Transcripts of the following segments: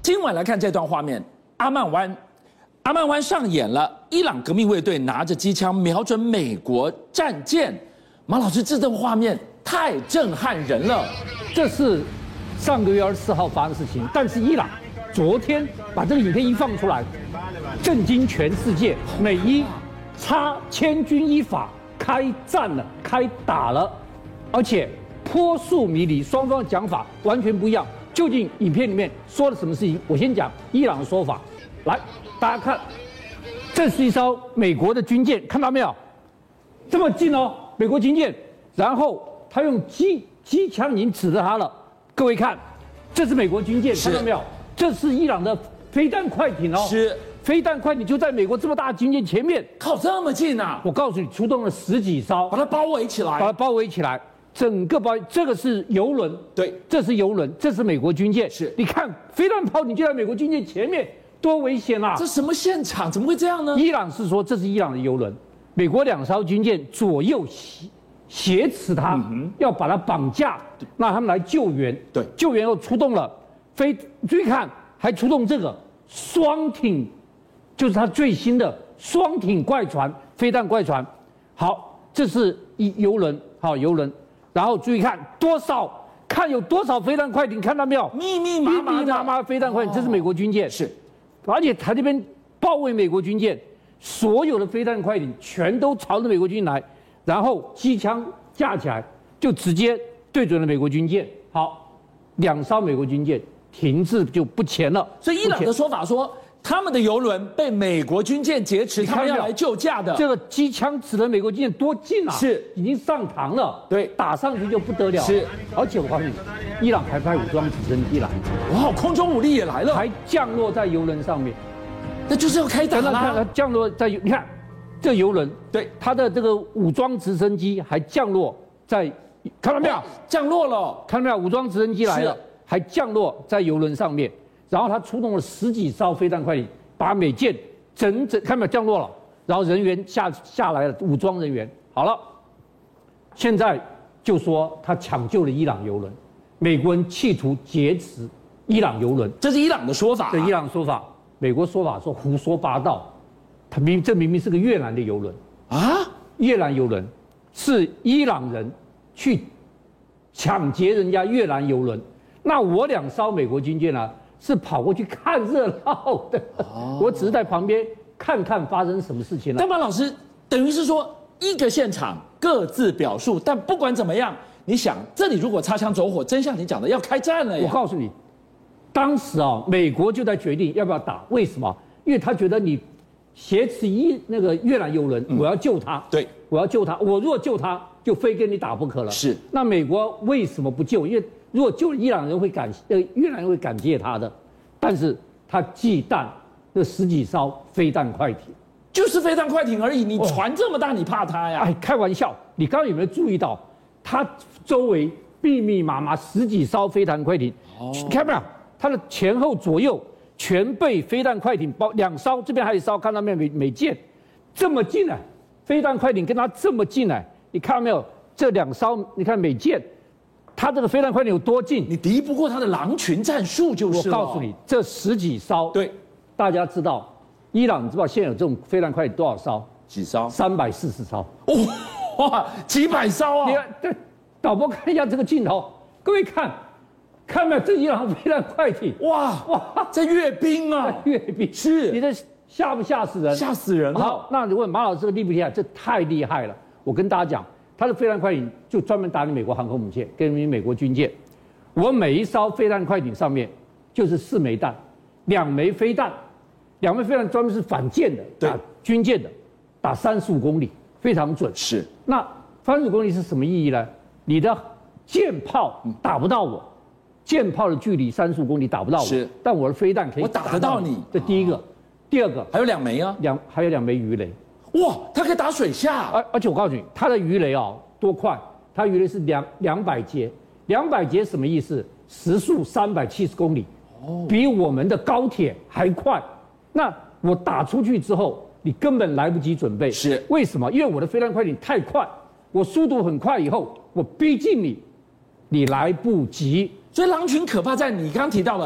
今晚来看这段画面，阿曼湾上演了伊朗革命卫队拿着机枪瞄准美国战舰。马老师，这段画面太震撼人了。 这是上个月24号发生的事情，但是伊朗昨天把这个影片一放出来，震惊全世界。美伊千钧一发，开战了，开打了，而且扑朔迷离，双方的讲法完全不一样。究竟影片里面说了什么事情？我先讲伊朗的说法。来，大家看，这是一艘美国的军舰，看到没有？这么近哦，美国军舰。然后他用机枪已经指着它了。各位看，这是美国军舰，看到没有？这是伊朗的飞弹快艇哦。 是。 飞弹快艇就在美国这么大的军舰前面， 靠这么近啊！ 我告诉你，出动了10几艘， 把它包围起来， 把它包围起来。整个这个是油轮， 对， 这是油轮，这是美国军舰。 是， 你看飞弹炮，你就在美国军舰前面，多危险啊！ 这什么现场？怎么会这样呢？ 伊朗是说这是伊朗的油轮，美国2艘军舰左右挟持它，要把它绑架，让他们来救援。 对， 救援又出动了注意看，还出动这个双艇，就是它最新的双艇怪船，飞弹怪船。好，这是油轮，好油轮。然后注意看看有多少飞弹快艇，看到没有？ 密密麻麻的飞弹快艇，这是美国军舰。 是， 而且他这边包围美国军舰，所有的飞弹快艇全都朝着美国军来，然后机枪架起来，就直接对准了美国军舰。好，2艘美国军舰停滞就不前了。 所以伊朗的说法说，他们的油轮被美国军舰劫持，他们要来救驾的。 这个机枪指的美国军舰多近啊！ 是， 已经上膛了。 对， 打上去就不得了。 是， 而且我告诉你，伊朗还派武装直升机来， 哇，空中武力也来了， 还降落在油轮上面。 那就是要开打啦！ 它降落在你看，这油轮， 对， 它的这个武装直升机还降落在，看到没有？ 降落了， 看到没有？武装直升机来了，还降落在油轮上面。然后他出动了10几艘飞弹快艇，把美舰整看到没有降落了，然后人员下来了，武装人员好了。现在就说他抢救了伊朗油轮，美国人企图劫持伊朗油轮， 这是伊朗的说法。 这伊朗说法，美国说法说胡说八道，这明明是个越南的油轮啊！ 越南油轮是伊朗人去抢劫人家越南油轮，那我2艘美国军舰呢？是跑过去看热闹的，我只是在旁边看看发生什么事情了。 但马老师等于是说一个现场各自表述，但不管怎么样，你想这里如果擦枪走火，真像你讲的要开战了呀。 我告诉你，当时美国就在决定要不要打，为什么？因为他觉得你挟持那个越南油轮，我要救他， 对， 我要救他，我如果救他，就非跟你打不可了。 是， 那美国为什么不救？因为如果救伊朗人越南人会感谢他的，但是他忌惮那10几艘飞弹快艇， 就是飞弹快艇而已，你船这么大，你怕它呀？ 哎，开玩笑，你刚刚有没有注意到，它周围密密麻麻10几艘飞弹快艇，看到没有？它的前后左右全被飞弹快艇包，2艘，这边还有1艘，看到没有？美舰这么近啊，飞弹快艇跟它这么近啊，你看到没有？这2艘，你看美舰。它这个飞弹快艇有多近？ 你敌不过它的狼群战术就是了。 我告诉你，这10几艘， 对， 大家知道，伊朗你知道现在有这种飞弹快艇多少艘？ 几艘 ？340艘。 哇，几百艘啊！ 你看，这导播看一下这个镜头，各位看没有？这伊朗飞弹快艇， 哇，这阅兵啊， 阅兵是， 你这吓不吓死人？ 吓死人了。 好，那你问马老师厉不厉害？这太厉害了！我跟大家讲。它的飞弹快艇就专门打你美国航空母舰跟你美国军舰，我每一艘飞弹快艇上面就是4枚弹，2枚飞弹，2枚飞弹专门是反舰的，打军舰的，打35公里，非常准。 是， 那35公里是什么意义呢？你的舰炮打不到我，舰炮的距离35公里打不到我， 是， 但我的飞弹可以打得到你。 这第一个，第二个还有2枚啊， 还有2枚鱼雷。 哇，它可以打水下， 而且我告诉你，它的鱼雷多快，它鱼雷是200节，200节什么意思？时速370公里，比我们的高铁还快。那我打出去之后，你根本来不及准备。 是为什么？因为我的飞弹快艇太快，我速度很快，以后我逼近你，你来不及。 所以狼群可怕在你刚刚提到的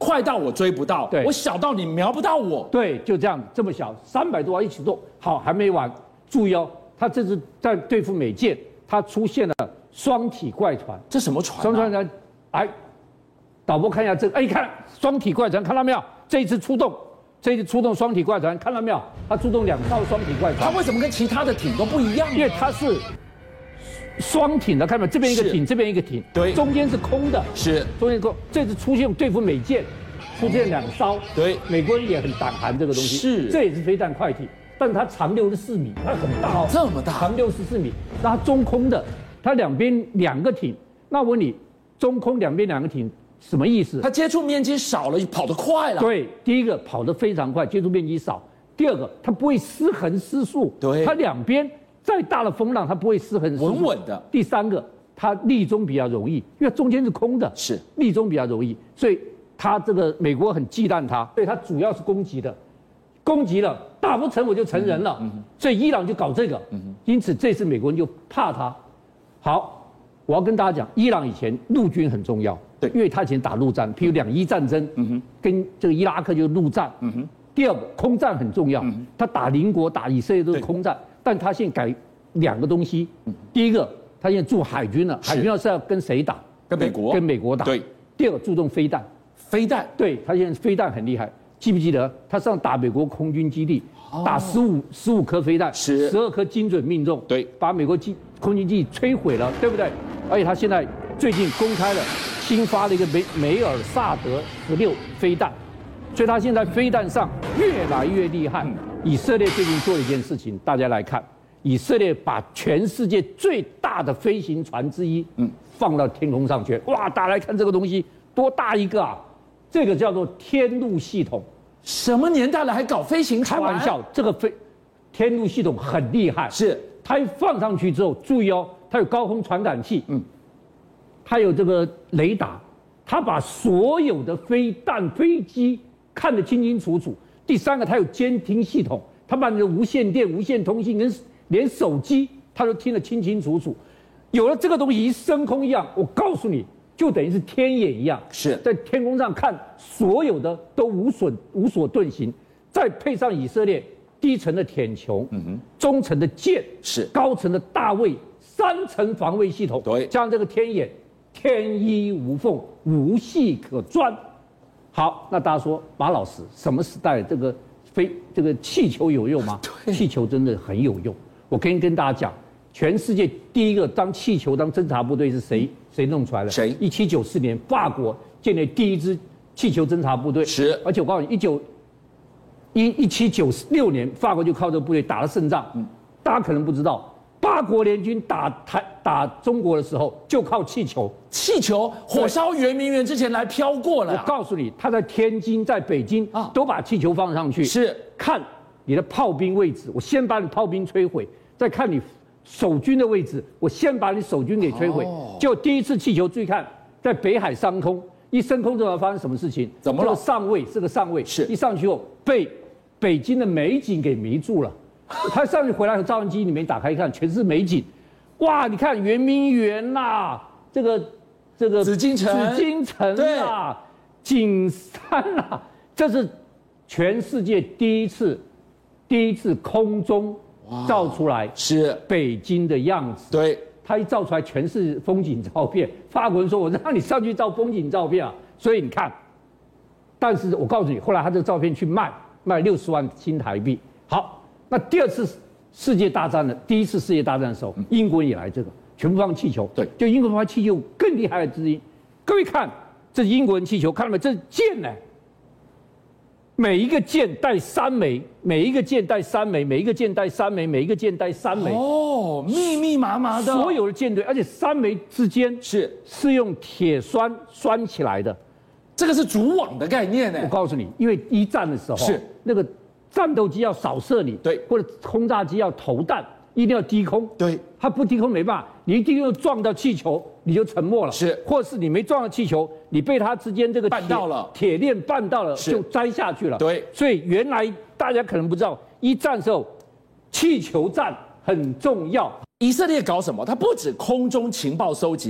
快到我追不到， 对我小到你瞄不到我。 对，就这样这么小，300多万一起动。好，还没完，注意哦，他这次在对付美舰，他出现了双体怪船。 这什么船、啊？ 双船来，来，导播看一下这个，哎，你看双体怪船，看到没有？这一次出动双体怪船，看到没有？它出动2艘双体怪船。 它为什么跟其他的艇都不一样？ 因为它是双艇的，看到没有？这边一个艇，这边一个艇， 对， 中间是空的， 是中间空。这次出现对付美舰，出现2艘， 对， 美国人也很胆寒这个东西， 是， 这也是飞弹快艇，但它长64米，它很大哦， 这么大， 长64米，那它中空的，它两边2个艇，那我问你，中空两边2个艇。什么意思？ 它接触面积少了，跑得快了。 对，第一个跑得非常快，接触面积少；第二个，它不会失衡失速。 对， 它两边再大的风浪，它不会失衡失速， 稳稳的。 第三个，它立中比较容易，因为中间是空的， 是立中比较容易，所以它这个美国很忌惮它，所以它主要是攻击的，攻击了打不成我就成人了，所以伊朗就搞这个，因此这次美国人就怕它。好，我要跟大家讲，伊朗以前陆军很重要。对，因为他以前打陆战，譬如2伊战争，跟这个伊拉克就是陆战。第二个空战很重要，他打邻国、打以色列都是空战，但他现在改2个东西。第一个，他现在驻海军了，海军要是要跟谁打？ 跟美国。 跟美国打。 对。 第二个，注重飞弹。 飞弹。 对，他现在飞弹很厉害，记不记得他上打美国空军基地，打15颗飞弹，12颗精准命中， 对， 把美国空军基地摧毁了，对不对？而且他现在最近公开了。新发了一个梅尔萨德16飞弹，所以他现在飞弹上越来越厉害。以色列最近做了一件事情，大家来看，以色列把全世界最大的飞行船之一，放到天空上去。哇，大家来看这个东西多大一个啊！这个叫做天路系统。 什么年代了还搞飞行船？ 开玩笑，这个天路系统很厉害。 是， 它一放上去之后，注意哦，它有高空传感器。它有这个雷达，它把所有的飞弹、飞机看得清清楚楚。第三个，它有监听系统，它把你的无线电、无线通信跟连手机，它都听得清清楚楚。有了这个东西，一升空一样，我告诉你，就等于是天眼一样， 是在天空上看所有的都无所遁形。再配上以色列低层的铁穹，中层的舰， 是高层的大卫3层防卫系统， 对， 加上这个天眼。天衣无缝，无隙可钻。好，那大家说，马老师，什么时代这个气球有用吗？气球真的很有用。我可以跟大家讲，全世界第一个当气球当侦察部队是谁弄出来的？ 谁 ？1794年，法国建立第一支气球侦察部队。 是， 而且我告诉你，1796年，法国就靠这个部队打了胜仗。大家可能不知道。8国联军打中国的时候，就靠气球。 气球火烧圆明园之前来飘过了。 我告诉你，他在天津、在北京都把气球放上去， 是看你的炮兵位置，我先把你炮兵摧毁，再看你守军的位置，我先把你守军给摧毁。就第一次气球，注意看，在北海上空，一升空之后发生什么事情？ 怎么了？ 这个上尉是一上去后被北京的美景给迷住了。他上去回来，照相机里面打开一看，全是美景，哇！你看圆明园啦，这个紫禁城啦，景山啦，这是全世界第一次空中照出来是北京的样子。 对， 他一照出来全是风景照片。法国人说：“我让你上去照风景照片啊！”所以你看，但是我告诉你，后来他这个照片去卖60万新台币。好。那第2次世界大战的第1次世界大战的时候，英国人也来这个，全部放气球。对，就英国放气球更厉害的之一。各位看，这是英国人气球，看到没？这是箭呢，每一个箭带3枚，每一个箭带3枚，每一个箭带3枚，每一个箭带3枚。 哦，密密麻麻的， 所有的舰队，而且3枚之间是用铁栓拴起来的。 这个是组网的概念呢。 我告诉你，因为一战的时候是那个。战斗机要扫射你， 对， 或者轰炸机要投弹，一定要低空， 对， 它不低空没办法，你一定要撞到气球，你就沉没了， 是， 或者是你没撞到气球，你被它之间这个绊到了， 铁链绊到了，就栽下去了， 对， 所以原来大家可能不知道，一战时候气球战很重要。 以色列搞什么？它不止空中情报收集，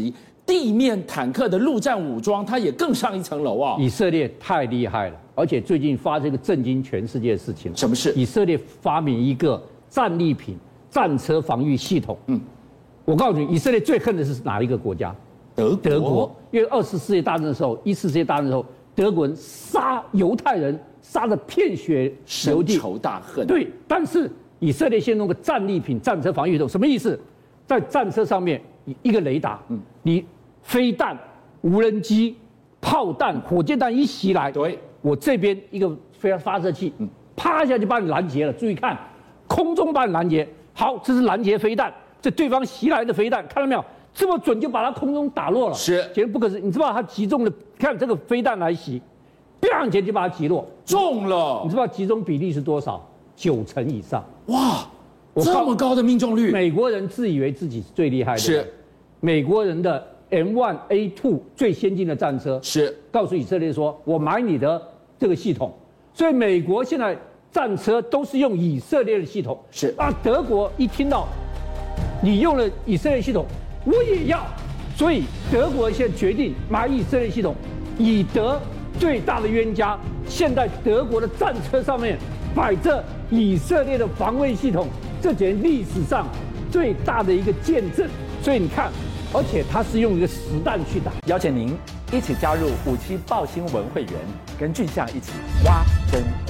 地面坦克的陆战武装，它也更上一层楼啊！ 以色列太厉害了，而且最近发生一个震惊全世界的事情。 什么事？ 以色列发明一个战利品战车防御系统。我告诉你，以色列最恨的是哪一个国家？德国。因为2次世界大战的时候，1次世界大战的时候，德国人杀犹太人，杀得遍血流地， 深仇大恨。 对，但是以色列先弄个战利品战车防御系统，什么意思？在战车上面一个雷达，你飞弹、无人机、炮弹、火箭弹一袭来， 对， 我这边一个发射器，啪一下就把你拦截了。注意看，空中把你拦截。好，这是拦截飞弹，这对方袭来的飞弹，看到没有？这么准就把它空中打落了。 是， 简直不可思议。你知道它击中了？看这个飞弹来袭，砰，就把它击落， 中了。 你知道击中比例是多少？90%以上。 哇，这么高的命中率！ 美国人自以为自己是最厉害的， 是美国人的 M1A2 最先进的战车， 是告诉以色列说，我买你的这个系统，所以美国现在战车都是用以色列的系统， 是啊，德国一听到你用了以色列系统，我也要，所以德国现在决定买以色列系统，以德最大的冤家，现在德国的战车上面摆着以色列的防卫系统，这简直历史上最大的一个见证。所以你看，而且它是用一个实弹去打。 邀请您一起加入57爆新闻会员，跟俊相一起挖真